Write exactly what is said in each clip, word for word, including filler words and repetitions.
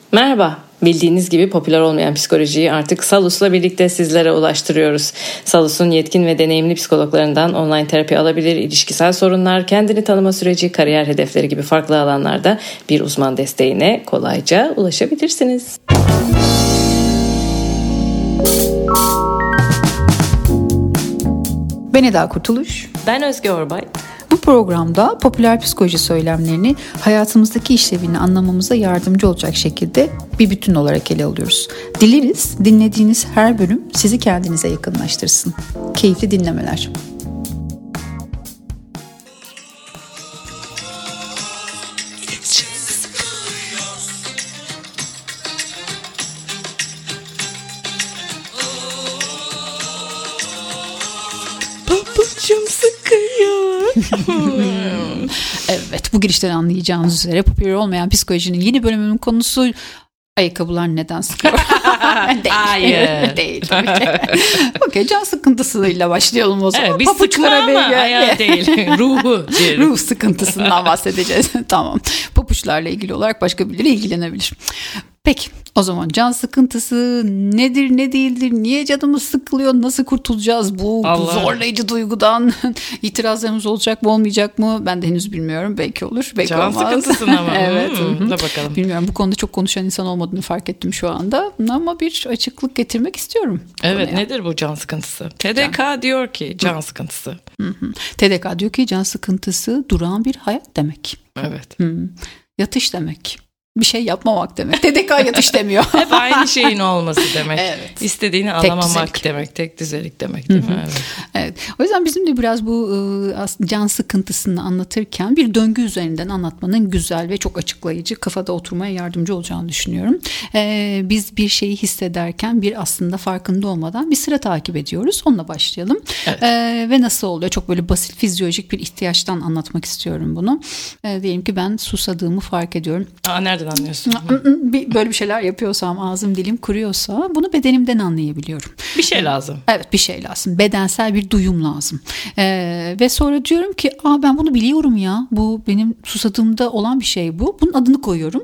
Merhaba, bildiğiniz gibi popüler olmayan psikolojiyi artık Salus'la birlikte sizlere ulaştırıyoruz. Salus'un yetkin ve deneyimli psikologlarından online terapi alabilir, ilişkisel sorunlar, kendini tanıma süreci, kariyer hedefleri gibi farklı alanlarda bir uzman desteğine kolayca ulaşabilirsiniz. Ben Eda Kurtuluş. Ben Özge Orbay. Bu programda popüler psikoloji söylemlerini hayatımızdaki işlevini anlamamıza yardımcı olacak şekilde bir bütün olarak ele alıyoruz. Dileriz dinlediğiniz her bölüm sizi kendinize yakınlaştırsın. Keyifli dinlemeler. Pabucum sıkıyor. Evet, bu girişten anlayacağınız üzere popüler olmayan psikolojinin yeni bölümünün konusu ayakkabılar neden sıkıyor? Değil. Hayır. Değil tabii ki. Okey, can sıkıntısıyla başlayalım o zaman. Evet, bir sıkma ama ayağı değil. Ruhu. Ruh sıkıntısından bahsedeceğiz. Tamam. Papuçlarla ilgili olarak başka birileri ilgilenebilir. Peki, o zaman can sıkıntısı nedir, ne değildir, niye canımız sıkılıyor, nasıl kurtulacağız bu Allah. zorlayıcı duygudan? İtirazlarımız olacak mı, olmayacak mı? Ben de henüz bilmiyorum. Belki olur, belki can olmaz. Can sıkıntısına mı? Evet. Hmm, da bakalım. Bilmiyorum, bu konuda çok konuşan insan olmadığını fark ettim şu anda. Ama bir açıklık getirmek istiyorum. Evet, konuya. Nedir bu can sıkıntısı? T D K can. diyor ki can sıkıntısı. Hı hı. T D K diyor ki can sıkıntısı durağan bir hayat demek. Evet. Hı. Yatış demek. Bir şey yapmamak demek. T D K yatış demiyor. Hep aynı şeyin olması demek. Evet. İstediğini alamamak demek. Tek düzelik demek değil mi? Evet. Evet. O yüzden bizim de biraz bu can sıkıntısını anlatırken bir döngü üzerinden anlatmanın güzel ve çok açıklayıcı, kafada oturmaya yardımcı olacağını düşünüyorum. Ee, biz bir şeyi hissederken bir aslında farkında olmadan bir sıra takip ediyoruz. Onunla başlayalım. Evet. Ee, ve nasıl oluyor? Çok böyle basit fizyolojik bir ihtiyaçtan anlatmak istiyorum bunu. Ee, diyelim ki ben susadığımı fark ediyorum. Aa, nereden anlıyorsun? Böyle bir şeyler yapıyorsam, ağzım dilim kuruyorsa bunu bedenimden anlayabiliyorum. Bir şey lazım. Evet, bir şey lazım. Bedensel bir duyum lazım. Ee, ve sonra diyorum ki Aa, ben bunu biliyorum ya. Bu benim susadığımda olan bir şey bu. Bunun adını koyuyorum.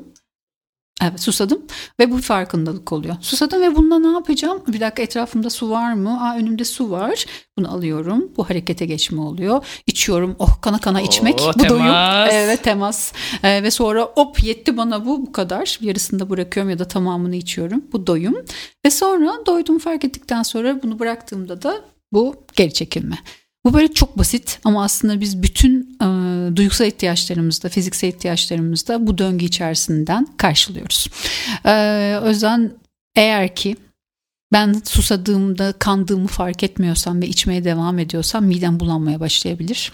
Evet, susadım ve bu farkındalık oluyor. Susadım ve bununla ne yapacağım? Bir dakika, etrafımda su var mı? Aa, önümde su var. Bunu alıyorum. Bu harekete geçme oluyor. İçiyorum. Oh, kana kana içmek. Oo, bu temas. doyum. Evet, temas. Ee, ve sonra hop, yetti bana bu bu kadar. Yarısını da bırakıyorum ya da tamamını içiyorum. Bu doyum. Ve sonra doyduğumu fark ettikten sonra bunu bıraktığımda da bu geri çekilme. Bu böyle çok basit ama aslında biz bütün e, duygusal ihtiyaçlarımızda, fiziksel ihtiyaçlarımızda bu döngü içerisinden karşılıyoruz. E, o yüzden eğer ki ben susadığımda kandığımı fark etmiyorsam ve içmeye devam ediyorsam midem bulanmaya başlayabilir.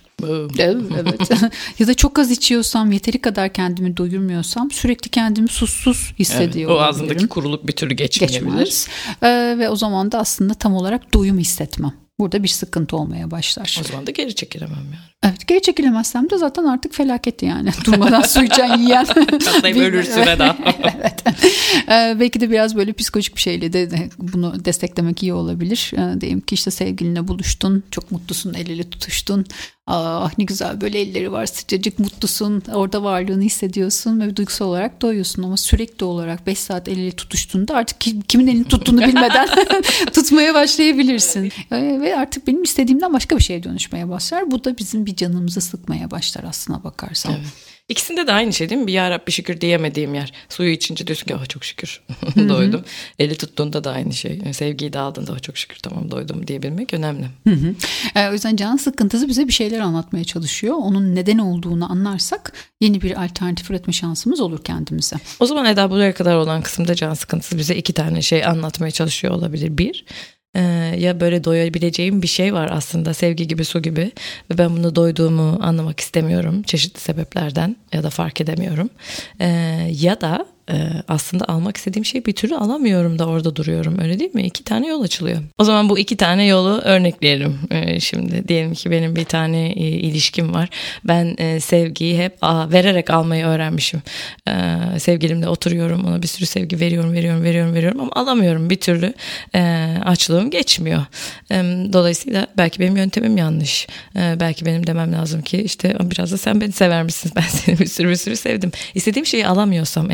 Evet. Ya da çok az içiyorsam, yeteri kadar kendimi doyurmuyorsam sürekli kendimi susuz hissediyor evet, o olabilirim. ağzındaki kuruluk bir türlü geçmeyebilir. Geçmez. E, ve o zaman da aslında tam olarak doyum hissetmem. Burada bir sıkıntı olmaya başlar. O zaman da geri çekilemem yani. Evet, geri çekilemezsem de zaten artık felaket yani. Durmadan su içen yiyen. Çatlayıp ölürsün Eda. Evet. Ee, belki de biraz böyle psikolojik bir şeyle de bunu desteklemek iyi olabilir. Ee, diyelim ki işte sevgilinle buluştun. Çok mutlusun, el ele tutuştun. Ah, ne güzel, böyle elleri var, sıcacık, mutlusun. Orada varlığını hissediyorsun ve duygusal olarak doyuyorsun. Ama sürekli olarak beş saat el ele tutuştuğunda artık kimin elini tuttuğunu bilmeden tutmaya başlayabilirsin. Ee, ve artık benim istediğimden başka bir şeye dönüşmeye başlar. Bu da bizim bir canımızı sıkmaya başlar aslına bakarsan. Evet. İkisinde de aynı şey değil mi? Bir ya Rabbi şükür diyemediğim yer. Suyu içince diyorsun ki oh, çok şükür doydum. Eli tuttuğunda da aynı şey. Sevgiyi de aldığında oh, çok şükür tamam doydum diyebilmek önemli. Hı hı. Ee, o yüzden can sıkıntısı bize bir şeyler anlatmaya çalışıyor. Onun neden olduğunu anlarsak yeni bir alternatif üretme şansımız olur kendimize. O zaman Eda, buraya kadar olan kısımda can sıkıntısı bize iki tane şey anlatmaya çalışıyor olabilir. Bir, Ee, ya böyle doyabileceğim bir şey var aslında, sevgi gibi, su gibi, ve ben bunu doyduğumu anlamak istemiyorum çeşitli sebeplerden ya da fark edemiyorum. Ee, ya da e, aslında almak istediğim şeyi bir türlü alamıyorum da orada duruyorum, öyle değil mi? İki tane yol açılıyor. O zaman bu iki tane yolu örnekleyelim. Ee, şimdi diyelim ki benim bir tane e, ilişkim var. Ben e, sevgiyi hep a, vererek almayı öğrenmişim. Ee, sevgilimle oturuyorum, ona bir sürü sevgi veriyorum veriyorum veriyorum veriyorum ama alamıyorum bir türlü. E, açlığım geçmiyor. E, dolayısıyla belki benim yöntemim yanlış. E, belki benim demem lazım ki işte biraz da sen beni sever misin? Ben seni bir sürü bir sürü sevdim. İstediğim şeyi alamıyorsam eğer orada bir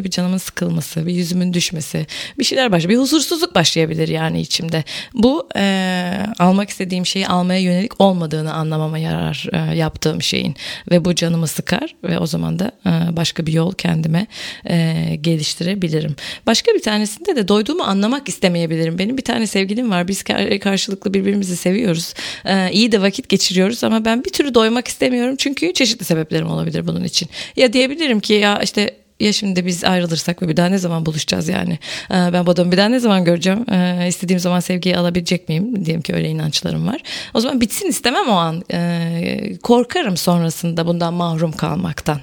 bir canımın sıkılması, bir yüzümün düşmesi, bir şeyler başlıyor. Bir huzursuzluk başlayabilir yani içimde. Bu e, almak istediğim şeyi almaya yönelik olmadığını anlamama yarar e, yaptığım şeyin. Ve bu canımı sıkar ve o zaman da e, başka bir yol kendime e, geliştirebilirim. Başka bir tanesinde de doyduğumu anlamak istemeyebilirim. Benim bir tane sevgilim var. Biz karşılıklı birbirimizi seviyoruz. E, iyi de vakit geçiriyoruz ama ben bir türlü doymak istemiyorum. Çünkü çeşitli sebeplerim olabilir bunun için. Ya diyebilirim ki ya işte ya şimdi biz ayrılırsak ve bir daha ne zaman buluşacağız yani? Ben bu adamı bir daha ne zaman göreceğim? İstediğim zaman sevgiyi alabilecek miyim? Diyelim ki öyle inançlarım var. O zaman bitsin istemem o an. Korkarım sonrasında bundan mahrum kalmaktan.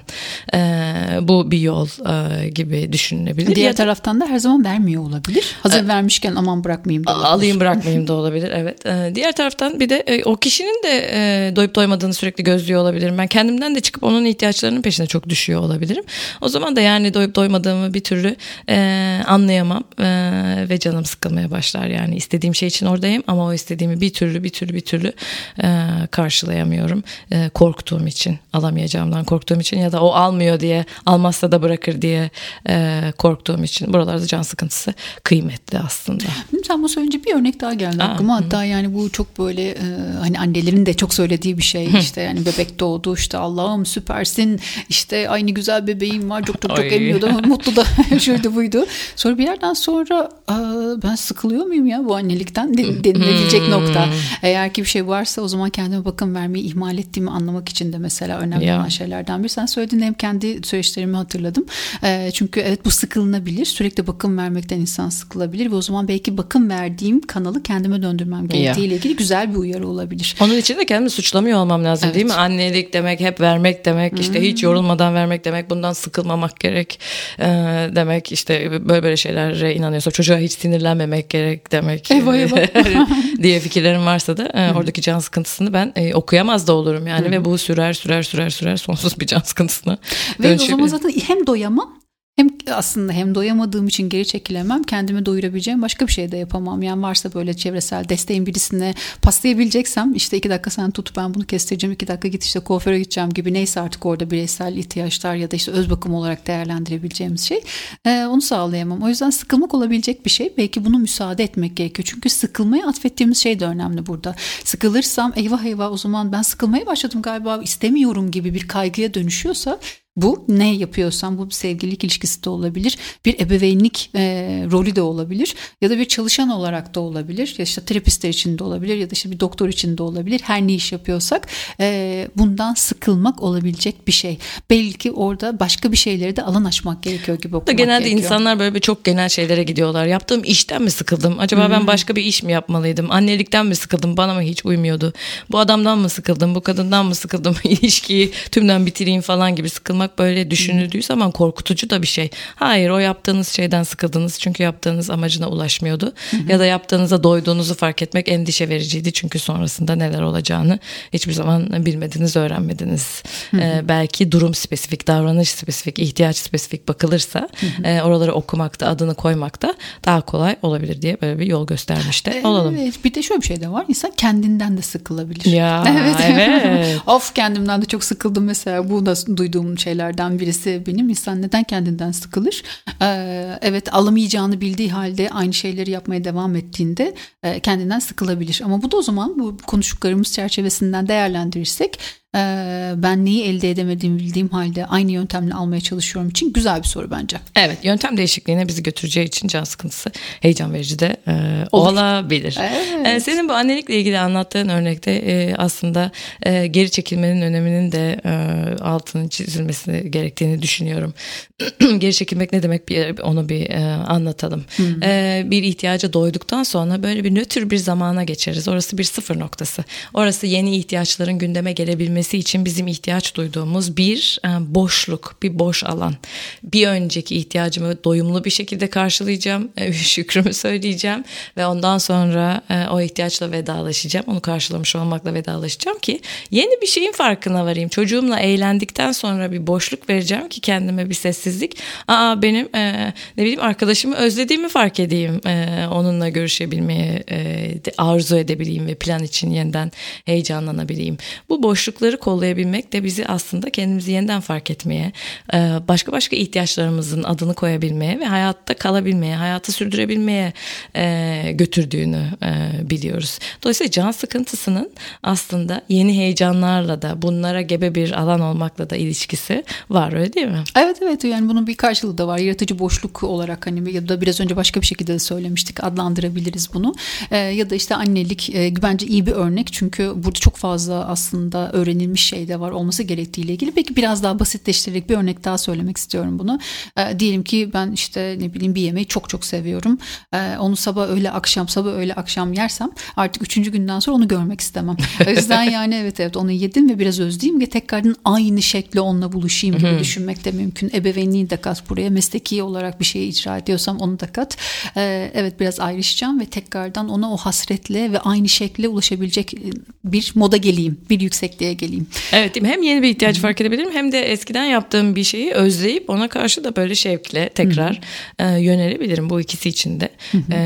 Bu bir yol gibi düşünülebilir. Diğer ya da, taraftan da her zaman vermiyor olabilir. Hazır e, vermişken aman bırakmayayım da olabilir. Alayım bırakmayayım da olabilir, evet. Diğer taraftan bir de o kişinin de doyup doymadığını sürekli gözlüyor olabilirim. Ben kendimden de çıkıp onun ihtiyaçlarının peşine çok düşüyor olabilirim. O zaman da yani doyup doymadığımı bir türlü e, anlayamam e, ve canım sıkılmaya başlar. Yani istediğim şey için oradayım ama o istediğimi bir türlü bir türlü bir türlü e, karşılayamıyorum. E, korktuğum için, alamayacağımdan korktuğum için ya da o almıyor diye, almazsa da bırakır diye e, korktuğum için. Buralarda can sıkıntısı kıymetli aslında. Sen bu söyleyince bir örnek daha geldi aklıma. Hatta yani bu çok böyle e, hani annelerin de çok söylediği bir şey. İşte yani bebek doğdu, işte Allah'ım süpersin, işte aynı güzel bebeğim var, çok çok çok emmiyordu, mutlu da şuydu buydu. Sonra bir yerden sonra ben sıkılıyor muyum ya bu annelikten denilebilecek hmm. nokta. Eğer ki bir şey varsa o zaman kendime bakım vermeyi ihmal ettiğimi anlamak için de mesela önemli ya. olan şeylerden biri. Sen söylediğinde hem kendi süreçlerimi hatırladım. Çünkü evet bu sıkılınabilir. Sürekli bakım vermekten insan sıkılabilir ve o zaman belki bakım verdiğim kanalı kendime döndürmem gerektiğiyle ilgili güzel bir uyarı olabilir. Onun için de kendimi suçlamıyor olmam lazım evet. değil mi? Annelik demek hep vermek demek, hmm. işte hiç yorulmadan vermek demek, bundan sıkılmamak gerek e, demek, işte böyle böyle şeylere inanıyorsa çocuğa hiç sinirlenmemek gerek demek eyvah, eyvah. diye fikirlerim varsa da e, oradaki can sıkıntısını ben e, okuyamaz da olurum yani. Hı-hı. Ve bu sürer sürer sürer sürer sonsuz bir can sıkıntısına ve o zaman zaten hem doyamam hem aslında hem doyamadığım için geri çekilemem, kendimi doyurabileceğim başka bir şey de yapamam. Yani varsa böyle çevresel desteğin birisine paslayabileceksem, işte iki dakika sen tut ben bunu kestireceğim, iki dakika git işte kuaföre gideceğim gibi, neyse artık orada bireysel ihtiyaçlar ya da işte öz bakım olarak değerlendirebileceğimiz şey, e, onu sağlayamam. O yüzden sıkılmak olabilecek bir şey. Belki bunu müsaade etmek gerekiyor. Çünkü sıkılmaya atfettiğimiz şey de önemli burada. Sıkılırsam eyvah eyvah o zaman ben sıkılmaya başladım galiba, istemiyorum gibi bir kaygıya dönüşüyorsa, bu ne yapıyorsam, bu bir sevgililik ilişkisi de olabilir, bir ebeveynlik e, rolü de olabilir ya da bir çalışan olarak da olabilir, ya işte terapistler için de olabilir ya da işte bir doktor için de olabilir. Her ne iş yapıyorsak e, bundan sıkılmak olabilecek bir şey. Belki orada başka bir şeyleri de alan açmak gerekiyor gibi okumak genelde gerekiyor. İnsanlar böyle bir çok genel şeylere gidiyorlar. Yaptığım işten mi sıkıldım? Acaba hmm. ben başka bir iş mi yapmalıydım? Annelikten mi sıkıldım? Bana mı hiç uymuyordu? Bu adamdan mı sıkıldım? Bu kadından mı sıkıldım? İlişkiyi tümden bitireyim falan gibi sıkılmak böyle düşünüldüğü zaman korkutucu da bir şey. Hayır, o yaptığınız şeyden sıkıldınız çünkü yaptığınız amacına ulaşmıyordu. Hı hı. Ya da yaptığınıza doyduğunuzu fark etmek endişe vericiydi çünkü sonrasında neler olacağını hiçbir zaman bilmediniz, öğrenmediniz. Hı hı. Ee, belki durum spesifik, davranış spesifik, ihtiyaç spesifik bakılırsa hı hı. E, oraları okumakta, adını koymakta daha kolay olabilir diye böyle bir yol göstermiş de olalım. Evet, bir de şöyle bir şey de var. İnsan kendinden de sıkılabilir. Ya evet. evet. Of, kendimden de çok sıkıldım mesela. Bu da duyduğum şeylerden birisi benim. İnsan neden kendinden sıkılır? Ee, evet, alamayacağını bildiği halde aynı şeyleri yapmaya devam ettiğinde e, kendinden sıkılabilir. Ama bu da o zaman bu konuştuklarımız çerçevesinden değerlendirirsek, ben neyi elde edemediğimi bildiğim halde aynı yöntemle almaya çalışıyorum için güzel bir soru bence. Evet, yöntem değişikliğine bizi götüreceği için can sıkıntısı heyecan verici de e, olabilir. Evet. E, senin bu annelikle ilgili anlattığın örnekte e, aslında e, geri çekilmenin öneminin de e, altının çizilmesi gerektiğini düşünüyorum. Geri çekilmek ne demek, bir, onu bir e, anlatalım. Hmm. E, bir ihtiyaca doyduktan sonra böyle bir nötr bir zamana geçeriz. Orası bir sıfır noktası. Orası yeni ihtiyaçların gündeme gelebilmesi için bizim ihtiyaç duyduğumuz bir e, boşluk, bir boş alan. Bir önceki ihtiyacımı doyumlu bir şekilde karşılayacağım, e, şükrümü söyleyeceğim ve ondan sonra e, o ihtiyaçla vedalaşacağım. Onu karşılamış olmakla vedalaşacağım ki yeni bir şeyin farkına varayım. Çocuğumla eğlendikten sonra bir boşluk vereceğim ki kendime bir sessizlik. Aa, benim e, ne bileyim arkadaşımı özlediğimi fark edeyim. E, onunla görüşebilmeye e, arzu edebileyim ve plan için yeniden heyecanlanabileyim. Bu boşlukları bunları kollayabilmek de bizi aslında kendimizi yeniden fark etmeye, başka başka ihtiyaçlarımızın adını koyabilmeye ve hayatta kalabilmeye, hayatı sürdürebilmeye götürdüğünü biliyoruz. Dolayısıyla can sıkıntısının aslında yeni heyecanlarla da, bunlara gebe bir alan olmakla da ilişkisi var, öyle değil mi? Evet evet, yani bunun bir karşılığı da var. Yaratıcı boşluk olarak, hani ya da biraz önce başka bir şekilde de söylemiştik, adlandırabiliriz bunu. Ee, ya da işte annelik e, bence iyi bir örnek, çünkü burada çok fazla aslında öğrenilmiş şey de var olması gerektiğiyle ilgili. Peki biraz daha basitleştirerek bir örnek daha söylemek istiyorum bunu. Ee, diyelim ki ben işte ne bileyim bir yemeği çok çok seviyorum. Ee, onu sabah öğle akşam sabah öğle akşam yersem artık üçüncü günden sonra onu görmek istemem. O yüzden yani evet evet onu yedim ve biraz özleyeyim ve tekrardan aynı şekle onunla buluşayım gibi düşünmek de mümkün. Ebeveynliği de kat buraya. Mesleki olarak bir şeyi icra ediyorsam onu da kat. Ee, evet biraz ayrışacağım ve tekrardan ona o hasretle ve aynı şekle ulaşabilecek bir moda geleyim. Bir yüksekliğe geleyim. Evet, değil mi? Hem yeni bir ihtiyaç fark edebilirim, hem de eskiden yaptığım bir şeyi özleyip ona karşı da böyle şevkle tekrar e, yönelebilirim. Bu ikisi için de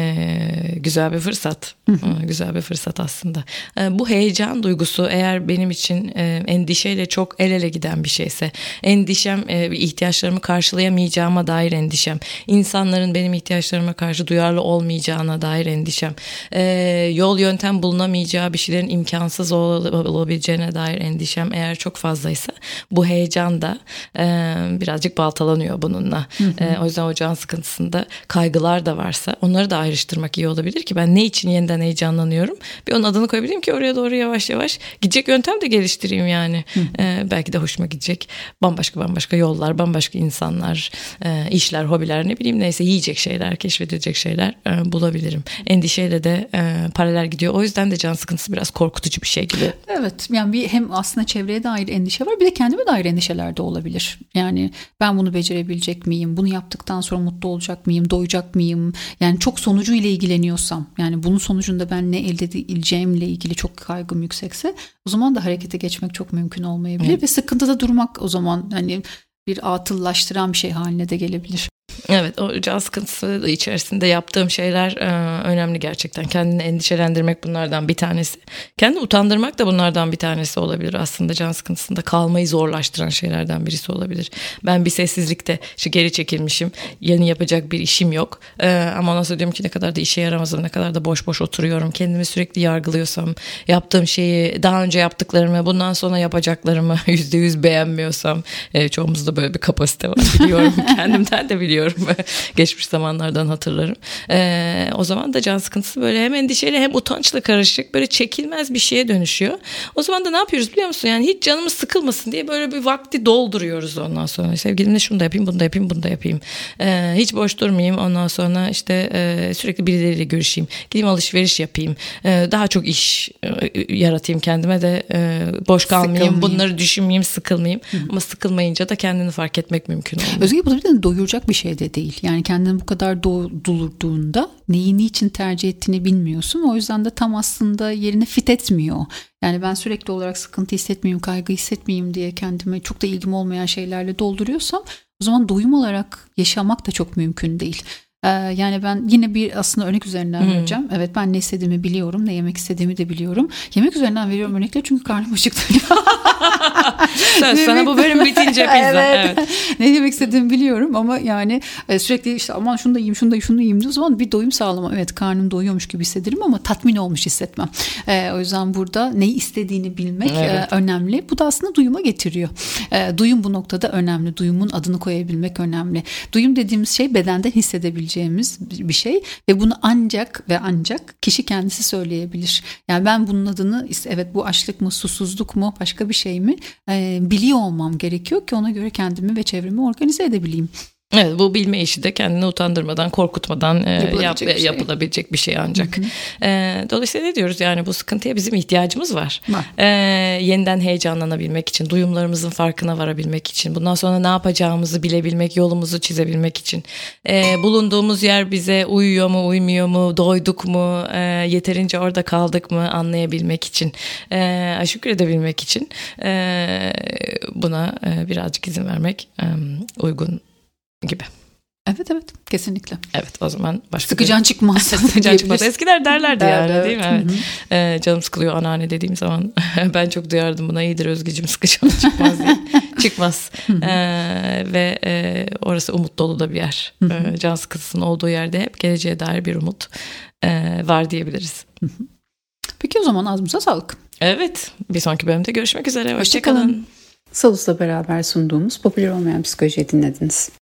e, güzel bir fırsat. e, güzel bir fırsat aslında. E, bu heyecan duygusu eğer benim için e, endişeyle çok el ele giden bir şeyse, endişem e, ihtiyaçlarımı karşılayamayacağıma dair endişem, insanların benim ihtiyaçlarıma karşı duyarlı olmayacağına dair endişem, e, yol yöntem bulunamayacağı bir şeylerin imkansız olabileceğine dair endişem eğer çok fazlaysa, bu heyecan da e, birazcık baltalanıyor bununla. E, o yüzden o can sıkıntısında kaygılar da varsa onları da ayrıştırmak iyi olabilir ki ben ne için yeniden heyecanlanıyorum, bir onun adını koyabileyim ki oraya doğru yavaş yavaş gidecek yöntem de geliştireyim yani. E, belki de hoşuma gidecek bambaşka bambaşka yollar, bambaşka insanlar, e, işler, hobiler, ne bileyim neyse, yiyecek şeyler, keşfedilecek şeyler e, bulabilirim. Endişeyle de e, paralel gidiyor. O yüzden de can sıkıntısı biraz korkutucu bir şey gibi. Evet, yani bir hem aslında çevreye dair endişe var, bir de kendime dair endişeler de olabilir. Yani ben bunu becerebilecek miyim? Bunu yaptıktan sonra mutlu olacak mıyım? Doyacak mıyım? Yani çok sonucuyla ilgileniyorsam, yani bunun sonucunda ben ne elde edeceğimle ilgili çok kaygım yüksekse, o zaman da harekete geçmek çok mümkün olmayabilir. Evet. Ve sıkıntıda durmak o zaman hani bir atıllaştıran bir şey haline de gelebilir. Evet, o can sıkıntısı içerisinde yaptığım şeyler e, önemli gerçekten. Kendini endişelendirmek bunlardan bir tanesi. Kendini utandırmak da bunlardan bir tanesi olabilir aslında. Can sıkıntısında kalmayı zorlaştıran şeylerden birisi olabilir. Ben bir sessizlikte işte geri çekilmişim. Yeni yapacak bir işim yok. E, ama ondan sonra diyorum ki ne kadar da işe yaramazım, ne kadar da boş boş oturuyorum. Kendimi sürekli yargılıyorsam, yaptığım şeyi, daha önce yaptıklarımı, bundan sonra yapacaklarımı yüzde yüz beğenmiyorsam, e, çoğumuzda böyle bir kapasite var biliyorum. Kendimden de biliyorum. Geçmiş zamanlardan hatırlarım. Ee, o zaman da can sıkıntısı böyle hem endişeyle hem utançla karışık, böyle çekilmez bir şeye dönüşüyor. O zaman da ne yapıyoruz biliyor musun? Yani hiç canımız sıkılmasın diye böyle bir vakti dolduruyoruz ondan sonra. Sevgilimle şunu da yapayım, bunu da yapayım, bunu da yapayım. Ee, hiç boş durmayayım. Ondan sonra işte e, sürekli birileriyle görüşeyim. Gideyim alışveriş yapayım. Ee, daha çok iş e, yaratayım kendime de e, boş kalmayayım. Sıkılmayayım. Bunları düşünmeyeyim, sıkılmayayım. Hı. Ama sıkılmayınca da kendini fark etmek mümkün olmuyor. Özge, bu da doyuracak bir şey de değil. Yani kendini bu kadar doldurduğunda neyi niçin tercih ettiğini bilmiyorsun. O yüzden de tam aslında yerine fit etmiyor. Yani ben sürekli olarak sıkıntı hissetmeyeyim, kaygı hissetmeyeyim diye kendime çok da ilgim olmayan şeylerle dolduruyorsam, o zaman doyum olarak yaşamak da çok mümkün değil. Ee, yani ben yine bir aslında örnek üzerinden hmm. vereceğim. Evet, ben ne istediğimi biliyorum, ne yemek istediğimi de biliyorum. Yemek üzerinden veriyorum örnekleri çünkü karnım acıktı. Söz sana bu bölüm bitince pizza. Evet. Evet. Ne yemek istediğimi biliyorum ama yani sürekli işte aman şunu da yiyeyim, şunu da yiyeyim, şunu da yiyeyim diye, o zaman bir doyum sağlamam. Evet, karnım doyuyormuş gibi hissederim ama tatmin olmuş hissetmem. Ee, o yüzden burada neyi istediğini bilmek evet. e, önemli. Bu da aslında duyuma getiriyor. E, duyum bu noktada önemli. Duyumun adını koyabilmek önemli. Duyum dediğimiz şey bedenden hissedebileceğimiz bir şey ve bunu ancak ve ancak kişi kendisi söyleyebilir. Yani ben bunun adını, evet bu açlık mı, susuzluk mu, başka bir şey mi e, biliyor olmam gerekiyor ki ona göre kendimi ve çevremi organize edebileyim. Evet, bu bilme işi de kendini utandırmadan, korkutmadan e, yapılabilecek, yap, bir, şey. yapılabilecek bir şey ancak. Hı hı. E, dolayısıyla ne diyoruz? Yani bu sıkıntıya bizim ihtiyacımız var. var. E, yeniden heyecanlanabilmek için, duyumlarımızın farkına varabilmek için, bundan sonra ne yapacağımızı bilebilmek, yolumuzu çizebilmek için. E, bulunduğumuz yer bize uyuyor mu, uymuyor mu, doyduk mu, e, yeterince orada kaldık mı anlayabilmek için, e, şükredebilmek için e, buna e, birazcık izin vermek e, uygun gibi. Evet evet kesinlikle. Evet o zaman başka sıkıcan bir... çıkmaz. sıkıcan çıkmaz. Eskiler derlerdi Derler, yani evet. değil mi? Evet. Ee, canım sıkılıyor anneanne dediğim zaman ben çok duyardım buna, iyidir Özgeciğim sıkıcan çıkmaz diye. Çıkmaz. Ee, ve e, orası umut dolu da bir yer. Ee, can sıkıntısının olduğu yerde hep geleceğe dair bir umut e, var diyebiliriz. Peki o zaman ağzımıza sağlık. Evet, bir sonraki bölümde görüşmek üzere. Hoşçakalın. Hoşçakalın. Salus'la beraber sunduğumuz Popüler Olmayan Psikoloji'yi dinlediniz.